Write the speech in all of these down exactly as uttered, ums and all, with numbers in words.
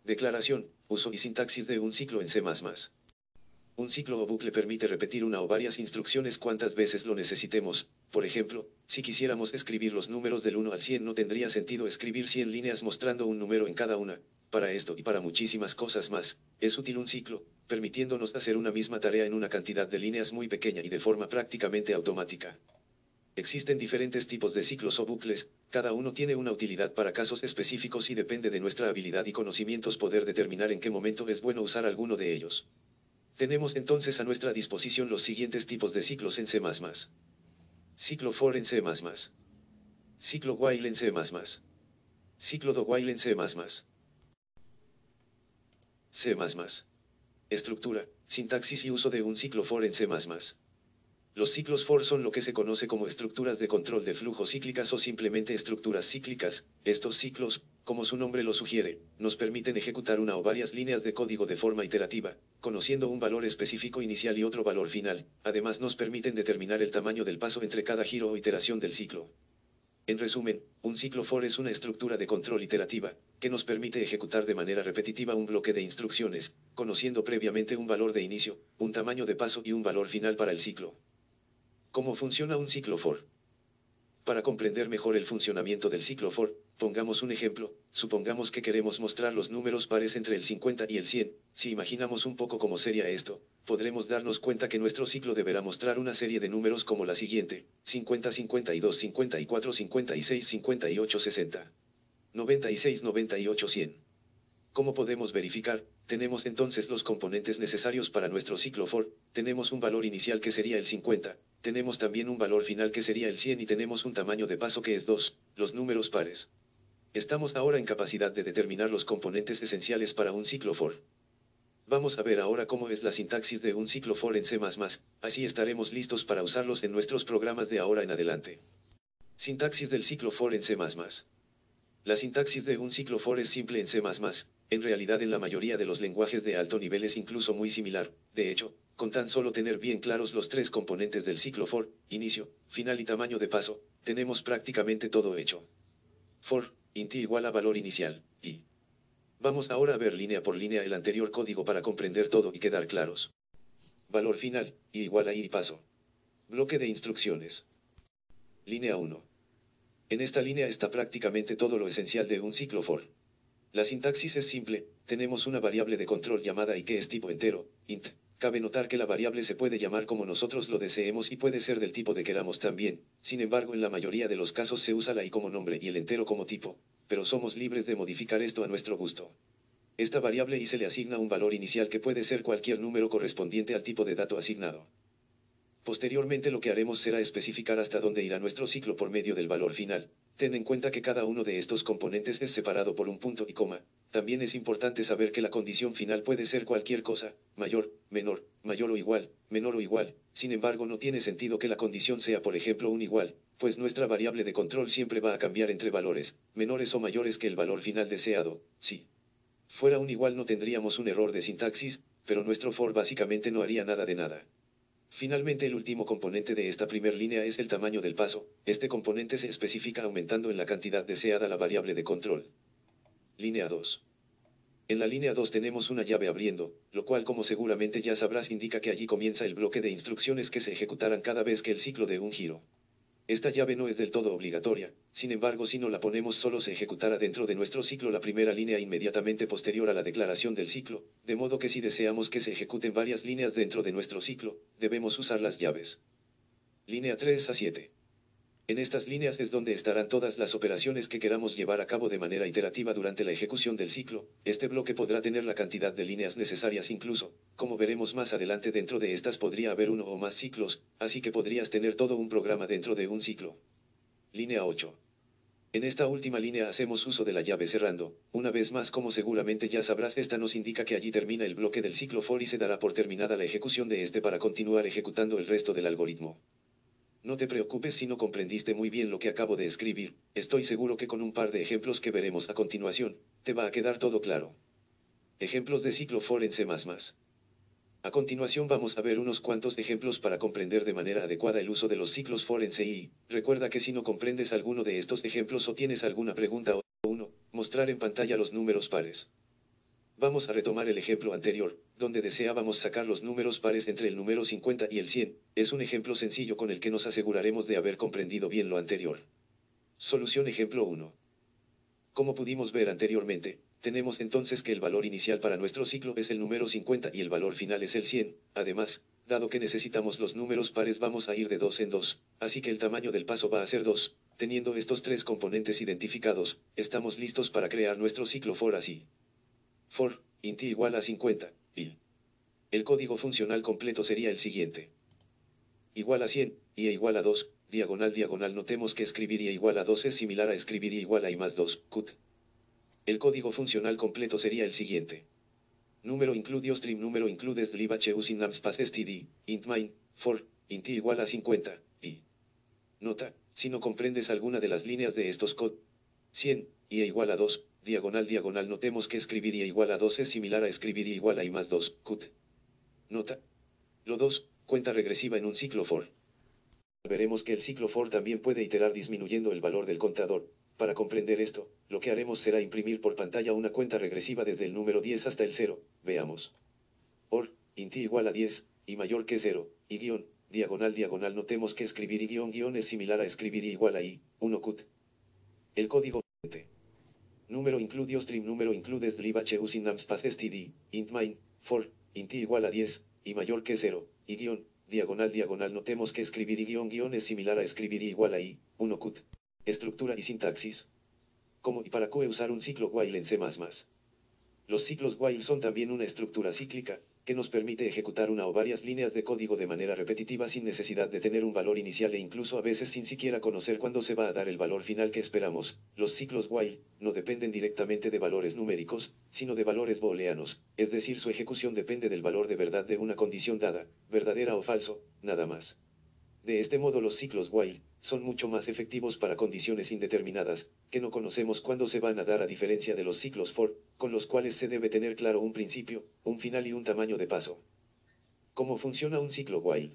Declaración, uso y sintaxis de un ciclo en C más más. Un ciclo o bucle permite repetir una o varias instrucciones cuantas veces lo necesitemos. Por ejemplo, si quisiéramos escribir los números del uno al cien no tendría sentido escribir cien líneas mostrando un número en cada una. Para esto y para muchísimas cosas más, es útil un ciclo, permitiéndonos hacer una misma tarea en una cantidad de líneas muy pequeña y de forma prácticamente automática. Existen diferentes tipos de ciclos o bucles, cada uno tiene una utilidad para casos específicos y depende de nuestra habilidad y conocimientos poder determinar en qué momento es bueno usar alguno de ellos. Tenemos entonces a nuestra disposición los siguientes tipos de ciclos en C más más. Ciclo for en C más más. Ciclo while en C más más. Ciclo do while en C más más. C más más. Estructura, sintaxis y uso de un ciclo for en C más más. Los ciclos for son lo que se conoce como estructuras de control de flujo cíclicas o simplemente estructuras cíclicas. Estos ciclos, como su nombre lo sugiere, nos permiten ejecutar una o varias líneas de código de forma iterativa, conociendo un valor específico inicial y otro valor final. Además nos permiten determinar el tamaño del paso entre cada giro o iteración del ciclo. En resumen, un ciclo for es una estructura de control iterativa, que nos permite ejecutar de manera repetitiva un bloque de instrucciones, conociendo previamente un valor de inicio, un tamaño de paso y un valor final para el ciclo. ¿Cómo funciona un ciclo for? Para comprender mejor el funcionamiento del ciclo for, pongamos un ejemplo. Supongamos que queremos mostrar los números pares entre el cincuenta y el cien. Si imaginamos un poco cómo sería esto, podremos darnos cuenta que nuestro ciclo deberá mostrar una serie de números como la siguiente: cincuenta, cincuenta y dos, cincuenta y cuatro, cincuenta y seis, cincuenta y ocho, sesenta, noventa y seis, noventa y ocho, cien. ¿Cómo podemos verificar? Tenemos entonces los componentes necesarios para nuestro ciclo for. Tenemos un valor inicial que sería el cincuenta, tenemos también un valor final que sería el cien y tenemos un tamaño de paso que es dos, los números pares. Estamos ahora en capacidad de determinar los componentes esenciales para un ciclo for. Vamos a ver ahora cómo es la sintaxis de un ciclo for en C más más, así estaremos listos para usarlos en nuestros programas de ahora en adelante. Sintaxis del ciclo for en C más más. La sintaxis de un ciclo for es simple en C más más, en realidad en la mayoría de los lenguajes de alto nivel es incluso muy similar. De hecho, con tan solo tener bien claros los tres componentes del ciclo for, inicio, final y tamaño de paso, tenemos prácticamente todo hecho. For, int igual a valor inicial, y. Vamos ahora a ver línea por línea el anterior código para comprender todo y quedar claros. Valor final, y igual a i y paso. Bloque de instrucciones. Línea uno. En esta línea está prácticamente todo lo esencial de un ciclo for. La sintaxis es simple, tenemos una variable de control llamada i que es tipo entero, int. Cabe notar que la variable se puede llamar como nosotros lo deseemos y puede ser del tipo de queramos también. Sin embargo, en la mayoría de los casos se usa la i como nombre y el entero como tipo, pero somos libres de modificar esto a nuestro gusto. Esta variable i se le asigna un valor inicial que puede ser cualquier número correspondiente al tipo de dato asignado. Posteriormente lo que haremos será especificar hasta dónde irá nuestro ciclo por medio del valor final. Ten en cuenta que cada uno de estos componentes es separado por un punto y coma. También es importante saber que la condición final puede ser cualquier cosa, mayor, menor, mayor o igual, menor o igual. Sin embargo, no tiene sentido que la condición sea por ejemplo un igual, pues nuestra variable de control siempre va a cambiar entre valores, menores o mayores que el valor final deseado. Si fuera un igual no tendríamos un error de sintaxis, pero nuestro for básicamente no haría nada de nada. Finalmente, el último componente de esta primer línea es el tamaño del paso. Este componente se especifica aumentando en la cantidad deseada la variable de control. Línea dos. En la línea dos tenemos una llave abriendo, lo cual como seguramente ya sabrás indica que allí comienza el bloque de instrucciones que se ejecutarán cada vez que el ciclo dé un giro. Esta llave no es del todo obligatoria, sin embargo si no la ponemos solo se ejecutará dentro de nuestro ciclo la primera línea inmediatamente posterior a la declaración del ciclo, de modo que si deseamos que se ejecuten varias líneas dentro de nuestro ciclo, debemos usar las llaves. Línea tres a siete. En estas líneas es donde estarán todas las operaciones que queramos llevar a cabo de manera iterativa durante la ejecución del ciclo. Este bloque podrá tener la cantidad de líneas necesarias incluso, como veremos más adelante dentro de estas podría haber uno o más ciclos, así que podrías tener todo un programa dentro de un ciclo. Línea ocho. En esta última línea hacemos uso de la llave cerrando. Una vez más, como seguramente ya sabrás, esta nos indica que allí termina el bloque del ciclo for y se dará por terminada la ejecución de este para continuar ejecutando el resto del algoritmo. No te preocupes si no comprendiste muy bien lo que acabo de escribir, estoy seguro que con un par de ejemplos que veremos a continuación, te va a quedar todo claro. Ejemplos de ciclo for en C más más. A continuación vamos a ver unos cuantos ejemplos para comprender de manera adecuada el uso de los ciclos for en C y, recuerda que si no comprendes alguno de estos ejemplos o tienes alguna pregunta o uno, mostrar en pantalla los números pares. Vamos a retomar el ejemplo anterior, donde deseábamos sacar los números pares entre el número cincuenta y el cien, es un ejemplo sencillo con el que nos aseguraremos de haber comprendido bien lo anterior. Solución ejemplo uno. Como pudimos ver anteriormente, tenemos entonces que el valor inicial para nuestro ciclo es el número cincuenta y el valor final es el cien, además, dado que necesitamos los números pares vamos a ir de dos en dos, así que el tamaño del paso va a ser dos, teniendo estos tres componentes identificados, estamos listos para crear nuestro ciclo for así. For, int i igual a cincuenta, y el código funcional completo sería el siguiente. Igual a cien, y e igual a dos, diagonal diagonal notemos que escribir i igual a dos es similar a escribir i igual a i más dos, cut. El código funcional completo sería el siguiente. Número include stream número includes dliv using namespace std, int main, for, int i igual a cincuenta, y. Nota, si no comprendes alguna de las líneas de estos cod. cien, y e igual a dos, diagonal diagonal notemos que escribir i igual a dos es similar a escribir i igual a i más dos, cut. Nota. Lo dos, cuenta regresiva en un ciclo for. Veremos que el ciclo for también puede iterar disminuyendo el valor del contador. Para comprender esto, lo que haremos será imprimir por pantalla una cuenta regresiva desde el número diez hasta el cero, veamos. Or, int i igual a diez, y mayor que cero, y guión, diagonal diagonal notemos que escribir i guión guión es similar a escribir i igual a i, uno cut. El código siguiente. Número include stream número includes dliv using namespace std, int main, for, int i igual a diez, y mayor que cero, y guión, diagonal diagonal notemos que escribir i guión guión es similar a escribir i igual a i, uno cut. Estructura y sintaxis. ¿Cómo y para qué usar un ciclo while en C más más? Los ciclos while son también una estructura cíclica, que nos permite ejecutar una o varias líneas de código de manera repetitiva sin necesidad de tener un valor inicial e incluso a veces sin siquiera conocer cuándo se va a dar el valor final que esperamos. Los ciclos while no dependen directamente de valores numéricos, sino de valores booleanos, es decir, su ejecución depende del valor de verdad de una condición dada, verdadera o falso, nada más. De este modo los ciclos while son mucho más efectivos para condiciones indeterminadas, que no conocemos cuándo se van a dar a diferencia de los ciclos for, con los cuales se debe tener claro un principio, un final y un tamaño de paso. ¿Cómo funciona un ciclo while?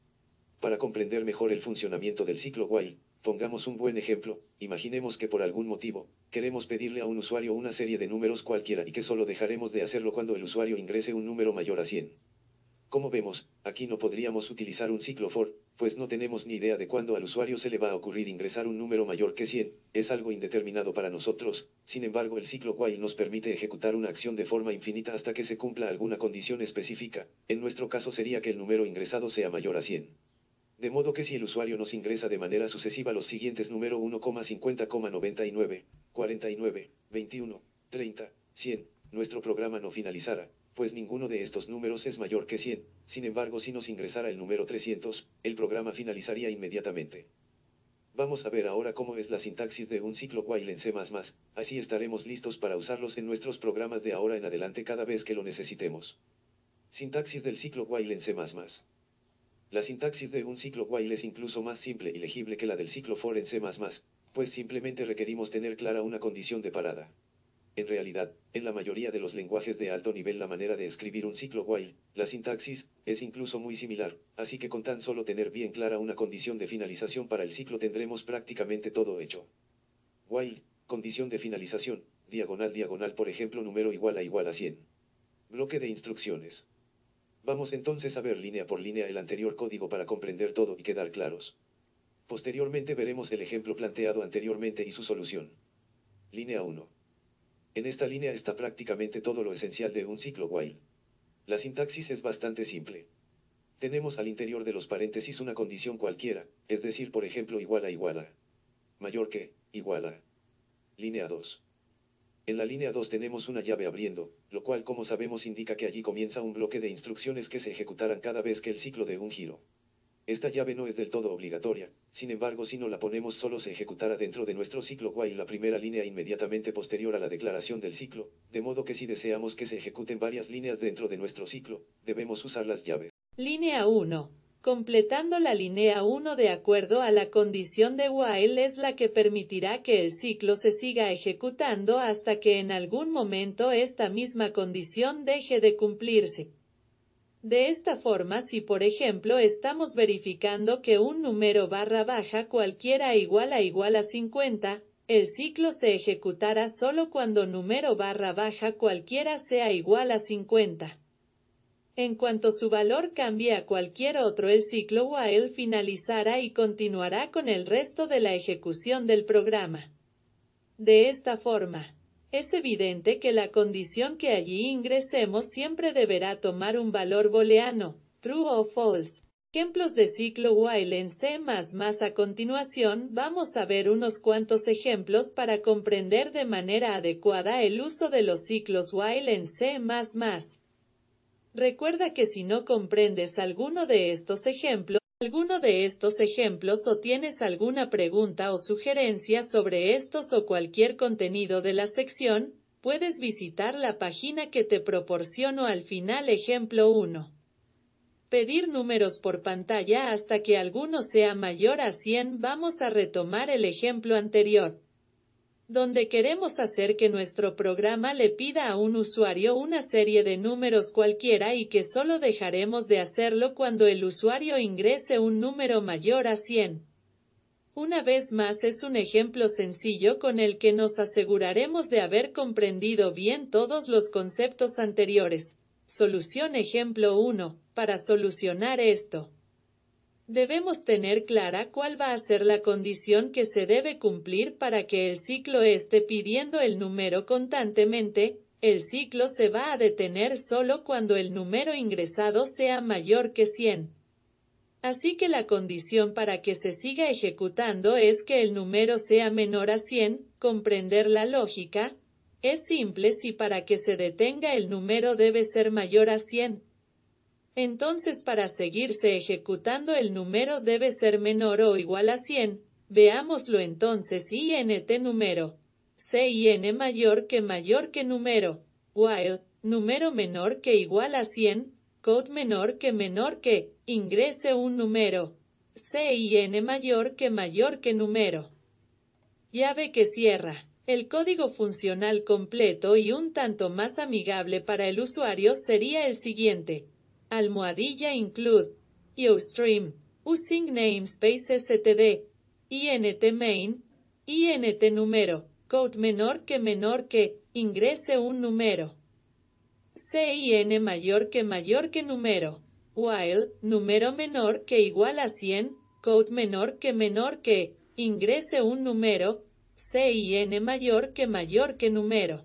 Para comprender mejor el funcionamiento del ciclo while, pongamos un buen ejemplo, imaginemos que por algún motivo, queremos pedirle a un usuario una serie de números cualquiera y que solo dejaremos de hacerlo cuando el usuario ingrese un número mayor a cien. Como vemos, aquí no podríamos utilizar un ciclo for, pues no tenemos ni idea de cuándo al usuario se le va a ocurrir ingresar un número mayor que cien, es algo indeterminado para nosotros, sin embargo el ciclo while nos permite ejecutar una acción de forma infinita hasta que se cumpla alguna condición específica, en nuestro caso sería que el número ingresado sea mayor a cien. De modo que si el usuario nos ingresa de manera sucesiva los siguientes número uno, cincuenta, noventa y nueve, cuarenta y nueve, veintiuno, treinta, cien, nuestro programa no finalizará, pues ninguno de estos números es mayor que cien, sin embargo si nos ingresara el número trescientos, el programa finalizaría inmediatamente. Vamos a ver ahora cómo es la sintaxis de un ciclo while en C más más, así estaremos listos para usarlos en nuestros programas de ahora en adelante cada vez que lo necesitemos. Sintaxis del ciclo while en C más más. La sintaxis de un ciclo while es incluso más simple y legible que la del ciclo for en C más más, pues simplemente requerimos tener clara una condición de parada. En realidad, en la mayoría de los lenguajes de alto nivel la manera de escribir un ciclo while, la sintaxis, es incluso muy similar, así que con tan solo tener bien clara una condición de finalización para el ciclo tendremos prácticamente todo hecho. While, condición de finalización, diagonal diagonal por ejemplo número igual a igual a cien. Bloque de instrucciones. Vamos entonces a ver línea por línea el anterior código para comprender todo y quedar claros. Posteriormente veremos el ejemplo planteado anteriormente y su solución. Línea uno. En esta línea está prácticamente todo lo esencial de un ciclo while. La sintaxis es bastante simple. Tenemos al interior de los paréntesis una condición cualquiera, es decir, por ejemplo igual a igual a. Mayor que, igual a. Línea dos. En la línea dos tenemos una llave abriendo, lo cual como sabemos indica que allí comienza un bloque de instrucciones que se ejecutarán cada vez que el ciclo dé un giro. Esta llave no es del todo obligatoria, sin embargo si no la ponemos solo se ejecutará dentro de nuestro ciclo while la primera línea inmediatamente posterior a la declaración del ciclo, de modo que si deseamos que se ejecuten varias líneas dentro de nuestro ciclo, debemos usar las llaves. Línea uno. Completando la línea uno de acuerdo a la condición de while es la que permitirá que el ciclo se siga ejecutando hasta que en algún momento esta misma condición deje de cumplirse. De esta forma, si por ejemplo estamos verificando que un número barra baja cualquiera igual a igual a cincuenta, el ciclo se ejecutará solo cuando número barra baja cualquiera sea igual a cincuenta. En cuanto su valor cambie a cualquier otro, el ciclo while finalizará y continuará con el resto de la ejecución del programa. De esta forma, es evidente que la condición que allí ingresemos siempre deberá tomar un valor booleano, true o false. Ejemplos de ciclo while en C más más. A continuación, vamos a ver unos cuantos ejemplos para comprender de manera adecuada el uso de los ciclos while en C más más. Recuerda que si no comprendes alguno de estos ejemplos, alguno de estos ejemplos o tienes alguna pregunta o sugerencia sobre estos o cualquier contenido de la sección, puedes visitar la página que te proporciono al final. Ejemplo uno. Pedir números por pantalla hasta que alguno sea mayor a cien. Vamos a retomar el ejemplo anterior, donde queremos hacer que nuestro programa le pida a un usuario una serie de números cualquiera y que solo dejaremos de hacerlo cuando el usuario ingrese un número mayor a cien. Una vez más, es un ejemplo sencillo con el que nos aseguraremos de haber comprendido bien todos los conceptos anteriores. Solución ejemplo uno. Para solucionar esto, debemos tener clara cuál va a ser la condición que se debe cumplir para que el ciclo esté pidiendo el número constantemente. El ciclo se va a detener solo cuando el número ingresado sea mayor que cien. Así que la condición para que se siga ejecutando es que el número sea menor a cien. Comprender la lógica es simple. Si para que se detenga el número debe ser mayor a cien, entonces para seguirse ejecutando el número debe ser menor o igual a cien. Veámoslo entonces. Int número. Cin mayor que mayor que número. While, número menor que igual a cien. Code menor que menor que. Ingrese un número. Cin mayor que mayor que número. Llave que cierra. El código funcional completo y un tanto más amigable para el usuario sería el siguiente. Almohadilla include yourstream using namespace std int main int número code menor que menor que ingrese un número cin mayor que mayor que número while número menor que igual a cien code menor que menor que ingrese un número cin mayor que mayor que número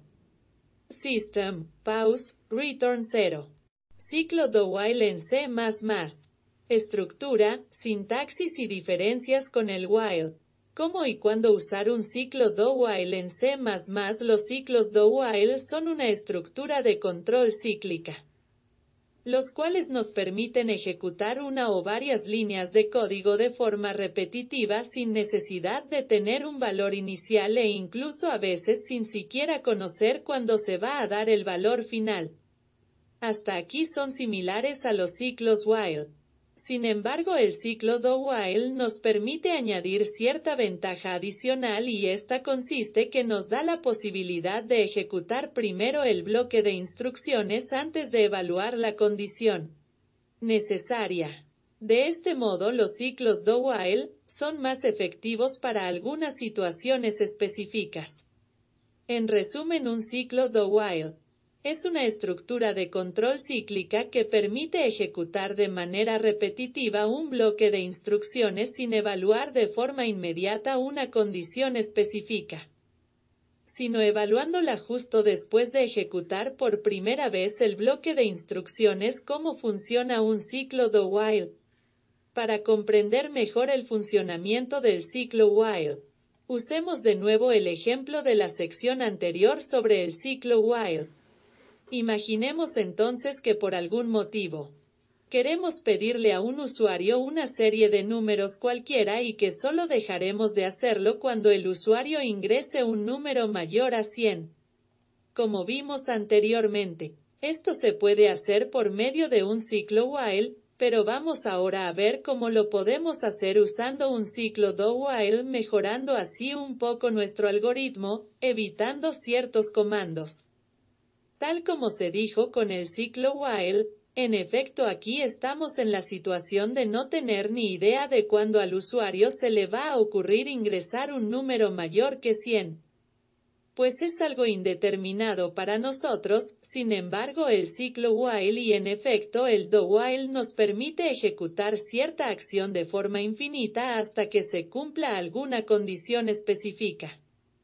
system pause return cero. Ciclo do while en C más más. Estructura, sintaxis y diferencias con el while. ¿Cómo y cuándo usar un ciclo do while en C más más? Los ciclos do while son una estructura de control cíclica, los cuales nos permiten ejecutar una o varias líneas de código de forma repetitiva sin necesidad de tener un valor inicial e incluso a veces sin siquiera conocer cuándo se va a dar el valor final. Hasta aquí son similares a los ciclos while. Sin embargo, el ciclo do while nos permite añadir cierta ventaja adicional y esta consiste que nos da la posibilidad de ejecutar primero el bloque de instrucciones antes de evaluar la condición necesaria. De este modo, los ciclos do while son más efectivos para algunas situaciones específicas. En resumen, un ciclo do while es una estructura de control cíclica que permite ejecutar de manera repetitiva un bloque de instrucciones sin evaluar de forma inmediata una condición específica, sino evaluándola justo después de ejecutar por primera vez el bloque de instrucciones. ¿Cómo funciona un ciclo do while? Para comprender mejor el funcionamiento del ciclo while, usemos de nuevo el ejemplo de la sección anterior sobre el ciclo while. Imaginemos entonces que por algún motivo queremos pedirle a un usuario una serie de números cualquiera y que solo dejaremos de hacerlo cuando el usuario ingrese un número mayor a cien. Como vimos anteriormente, esto se puede hacer por medio de un ciclo while, pero vamos ahora a ver cómo lo podemos hacer usando un ciclo do while, mejorando así un poco nuestro algoritmo, evitando ciertos comandos. Tal como se dijo con el ciclo while, En efecto, aquí estamos en la situación de no tener ni idea de cuándo al usuario se le va a ocurrir ingresar un número mayor que cien. Pues es algo indeterminado para nosotros. Sin embargo, el ciclo while y en efecto el do while nos permite ejecutar cierta acción de forma infinita hasta que se cumpla alguna condición específica.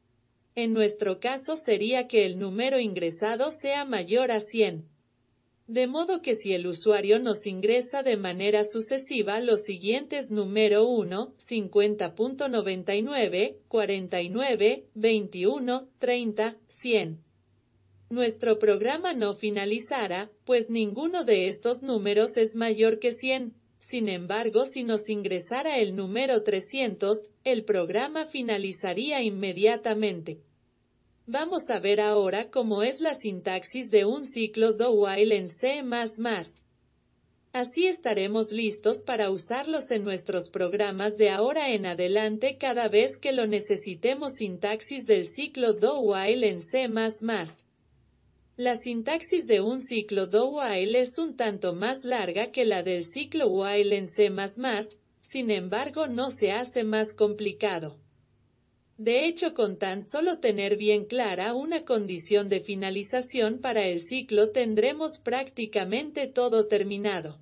En nuestro caso sería que el número ingresado sea mayor a cien. De modo que si el usuario nos ingresa de manera sucesiva los siguientes número uno, cincuenta punto noventa y nueve, cuarenta y nueve, veintiuno, treinta, cien. Nuestro programa no finalizará, pues ninguno de estos números es mayor que cien. Sin embargo, si nos ingresara el número trescientos, el programa finalizaría inmediatamente. Vamos a ver ahora cómo es la sintaxis de un ciclo do while en C más más. Así estaremos listos para usarlos en nuestros programas de ahora en adelante cada vez que lo necesitemos. Sintaxis del ciclo do while en C más más. La sintaxis de un ciclo do while es un tanto más larga que la del ciclo while en C más más, sin embargo no se hace más complicado. De hecho, con tan solo tener bien clara una condición de finalización para el ciclo tendremos prácticamente todo terminado.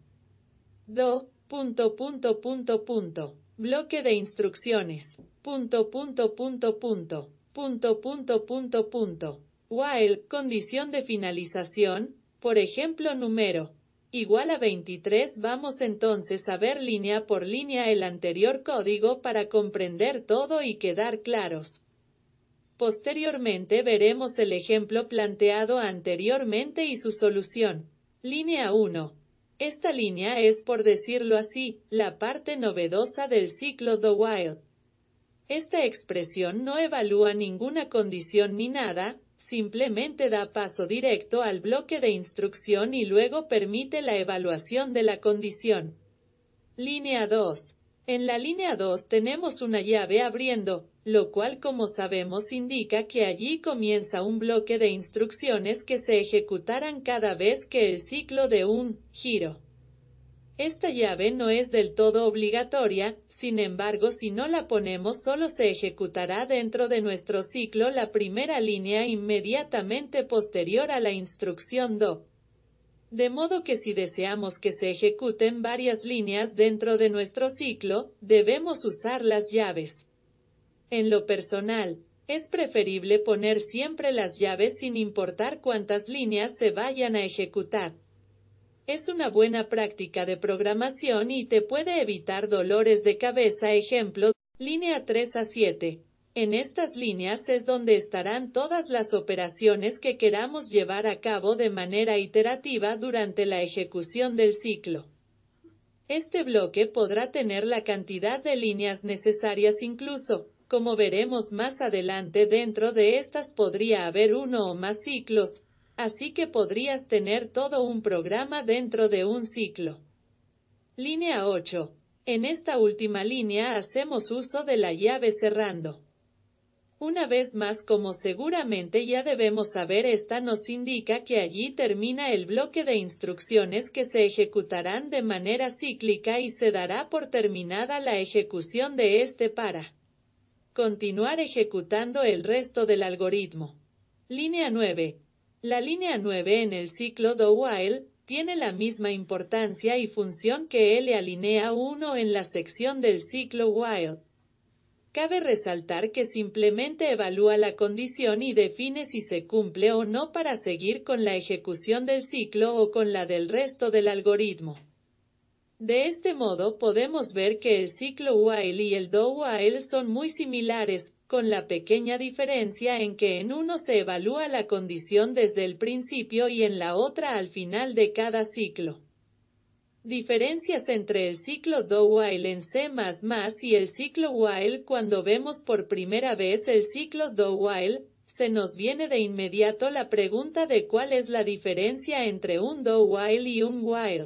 Do, punto, punto, punto, punto, bloque de instrucciones, punto, punto, punto, punto, punto, punto, punto, punto, while, condición de finalización, por ejemplo número, igual a veintitrés. Vamos entonces a ver línea por línea el anterior código para comprender todo y quedar claros. Posteriormente veremos el ejemplo planteado anteriormente y su solución. Línea uno. Esta línea es, por decirlo así, la parte novedosa del ciclo do while. Esta expresión no evalúa ninguna condición ni nada, simplemente da paso directo al bloque de instrucción y luego permite la evaluación de la condición. Línea dos. En la línea dos tenemos una llave abriendo, lo cual como sabemos indica que allí comienza un bloque de instrucciones que se ejecutarán cada vez que el ciclo de un giro. Esta llave no es del todo obligatoria, sin embargo si no la ponemos solo se ejecutará dentro de nuestro ciclo la primera línea inmediatamente posterior a la instrucción do. De modo que si deseamos que se ejecuten varias líneas dentro de nuestro ciclo, debemos usar las llaves. En lo personal, es preferible poner siempre las llaves sin importar cuántas líneas se vayan a ejecutar. Es una buena práctica de programación y te puede evitar dolores de cabeza. Ejemplos, línea tres a siete. En estas líneas es donde estarán todas las operaciones que queramos llevar a cabo de manera iterativa durante la ejecución del ciclo. Este bloque podrá tener la cantidad de líneas necesarias incluso, como veremos más adelante. Dentro de estas podría haber uno o más ciclos. Así que podrías tener todo un programa dentro de un ciclo. Línea ocho. En esta última línea hacemos uso de la llave cerrando. Una vez más, como seguramente ya debemos saber, esta nos indica que allí termina el bloque de instrucciones que se ejecutarán de manera cíclica y se dará por terminada la ejecución de este para continuar ejecutando el resto del algoritmo. Línea nueve. La línea nueve en el ciclo do while tiene la misma importancia y función que el alinea uno en la sección del ciclo while. Cabe resaltar que simplemente evalúa la condición y define si se cumple o no para seguir con la ejecución del ciclo o con la del resto del algoritmo. De este modo podemos ver que el ciclo while y el do while son muy similares, con la pequeña diferencia en que en uno se evalúa la condición desde el principio y en la otra al final de cada ciclo. Diferencias entre el ciclo do while en C más más y el ciclo while. Cuando vemos por primera vez el ciclo do while, se nos viene de inmediato la pregunta de cuál es la diferencia entre un do while y un while.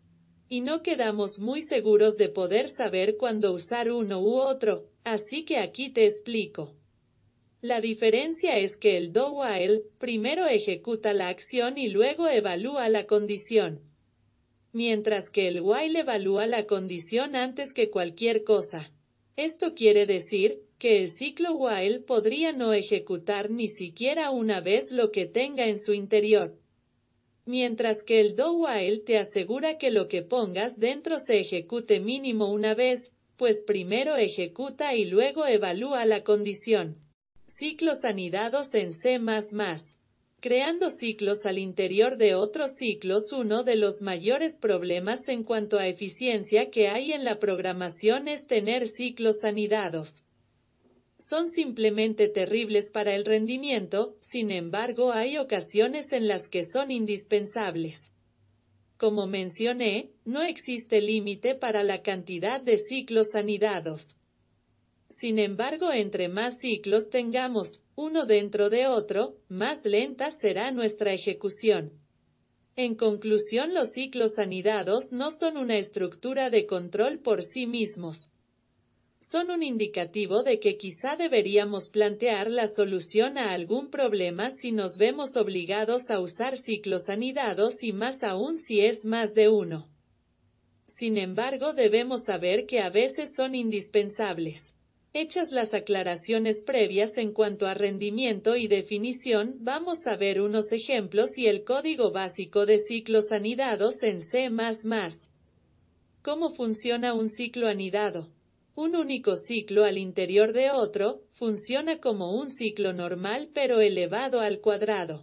Y no quedamos muy seguros de poder saber cuándo usar uno u otro, así que aquí te explico. La diferencia es que el do while primero ejecuta la acción y luego evalúa la condición. mientras que el while evalúa la condición antes que cualquier cosa. Esto quiere decir que el ciclo while podría no ejecutar ni siquiera una vez lo que tenga en su interior, mientras que el do while te asegura que lo que pongas dentro se ejecute mínimo una vez, pues primero ejecuta y luego evalúa la condición. Ciclos anidados en C más más. Creando ciclos al interior de otros ciclos. Uno de los mayores problemas en cuanto a eficiencia que hay en la programación es tener ciclos anidados. Son simplemente terribles para el rendimiento, sin embargo hay ocasiones en las que son indispensables. Como mencioné, no existe límite para la cantidad de ciclos anidados. Sin embargo, entre más ciclos tengamos, uno dentro de otro, más lenta será nuestra ejecución. En conclusión, los ciclos anidados no son una estructura de control por sí mismos. Son un indicativo de que quizá deberíamos plantear la solución a algún problema si nos vemos obligados a usar ciclos anidados y más aún si es más de uno. Sin embargo, debemos saber que a veces son indispensables. Hechas las aclaraciones previas en cuanto a rendimiento y definición, vamos a ver unos ejemplos y el código básico de ciclos anidados en C más más. ¿Cómo funciona un ciclo anidado? Un único ciclo al interior de otro, funciona como un ciclo normal pero elevado al cuadrado.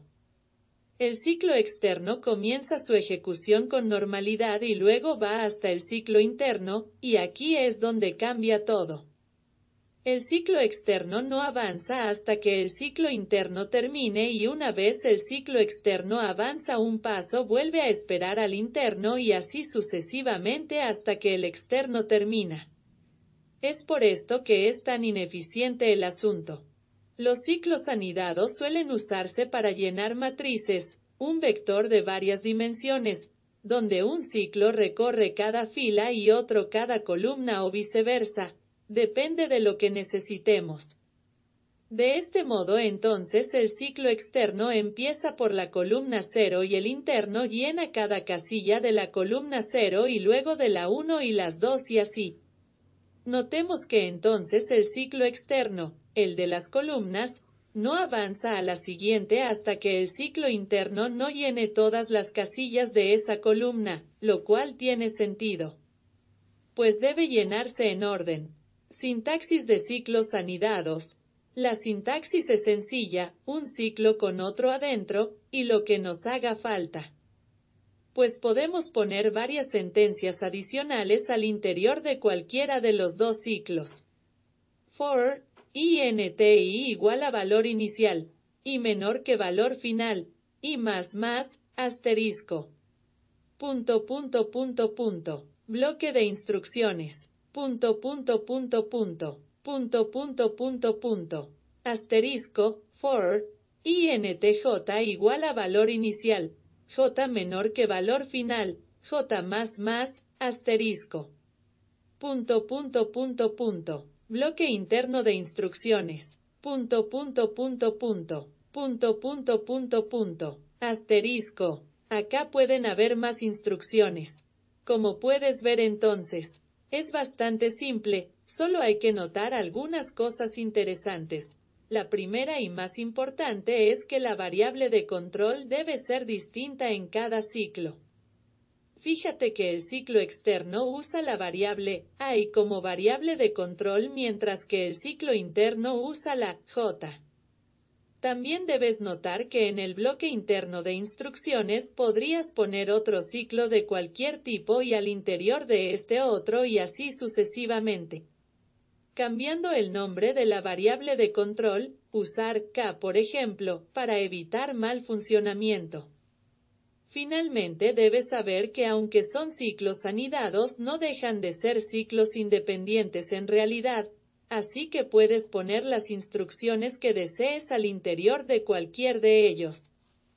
El ciclo externo comienza su ejecución con normalidad y luego va hasta el ciclo interno, y aquí es donde cambia todo. El ciclo externo no avanza hasta que el ciclo interno termine y una vez el ciclo externo avanza un paso vuelve a esperar al interno y así sucesivamente hasta que el externo termina. Es por esto que es tan ineficiente el asunto. Los ciclos anidados suelen usarse para llenar matrices, un vector de varias dimensiones, donde un ciclo recorre cada fila y otro cada columna o viceversa. Depende de lo que necesitemos. De este modo, entonces, el ciclo externo empieza por la columna cero y el interno llena cada casilla de la columna cero y luego de la uno y las dos y así. Notemos que entonces el ciclo externo, el de las columnas, no avanza a la siguiente hasta que el ciclo interno no llene todas las casillas de esa columna, lo cual tiene sentido, pues debe llenarse en orden. Sintaxis de ciclos anidados. La sintaxis es sencilla, un ciclo con otro adentro, y lo que nos haga falta. Pues podemos poner varias sentencias adicionales al interior de cualquiera de los dos ciclos. For, int i igual a valor inicial, y menor que valor final, y más más, asterisco. Punto, punto, punto, punto. Bloque de instrucciones. Punto, punto, punto, punto, punto, punto, punto, punto, asterisco, for, int j igual a valor inicial, j menor que valor final, j más más, asterisco. Punto, punto, punto, punto, bloque interno de instrucciones, punto, punto, punto, punto, punto, punto, punto, punto, asterisco. Acá pueden haber más instrucciones. Como puedes ver entonces, es bastante simple, solo hay que notar algunas cosas interesantes. La primera y más importante es que la variable de control debe ser distinta en cada ciclo. Fíjate que el ciclo externo usa la variable i como variable de control mientras que el ciclo interno usa la j. También debes notar que en el bloque interno de instrucciones podrías poner otro ciclo de cualquier tipo y al interior de este otro y así sucesivamente. Cambiando el nombre de la variable de control, usar k por ejemplo, para evitar mal funcionamiento. Finalmente debes saber que aunque son ciclos anidados no dejan de ser ciclos independientes en realidad, así que puedes poner las instrucciones que desees al interior de cualquier de ellos.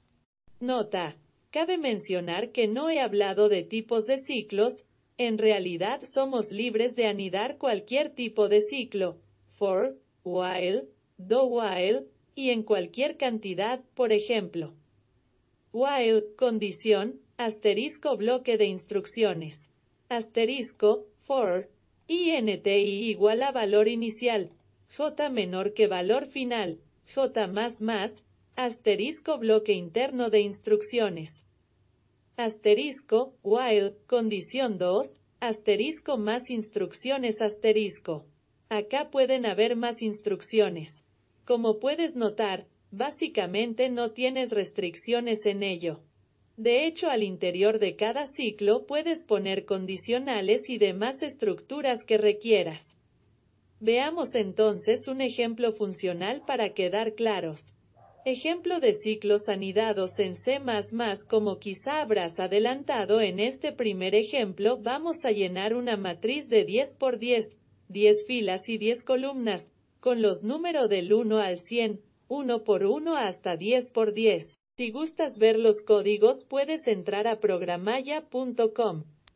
Nota: cabe mencionar que no he hablado de tipos de ciclos, en realidad somos libres de anidar cualquier tipo de ciclo, for, while, do while, y en cualquier cantidad, por ejemplo. While, condición, Asterisco bloque de instrucciones. Asterisco, for, int i igual a valor inicial, j menor que valor final, j más más, asterisco bloque interno de instrucciones. Asterisco, while, condición dos, asterisco más instrucciones asterisco. Acá pueden haber más instrucciones. Como puedes notar, básicamente no tienes restricciones en ello. De hecho, al interior de cada ciclo puedes poner condicionales y demás estructuras que requieras. Veamos entonces un ejemplo funcional para quedar claros. Ejemplo de ciclos anidados en C más más. Como quizá habrás adelantado en este primer ejemplo, vamos a llenar una matriz de diez por diez, diez filas y diez columnas, con los números del uno al cien, uno por uno hasta diez por diez. Si gustas ver los códigos puedes entrar a programaya punto com.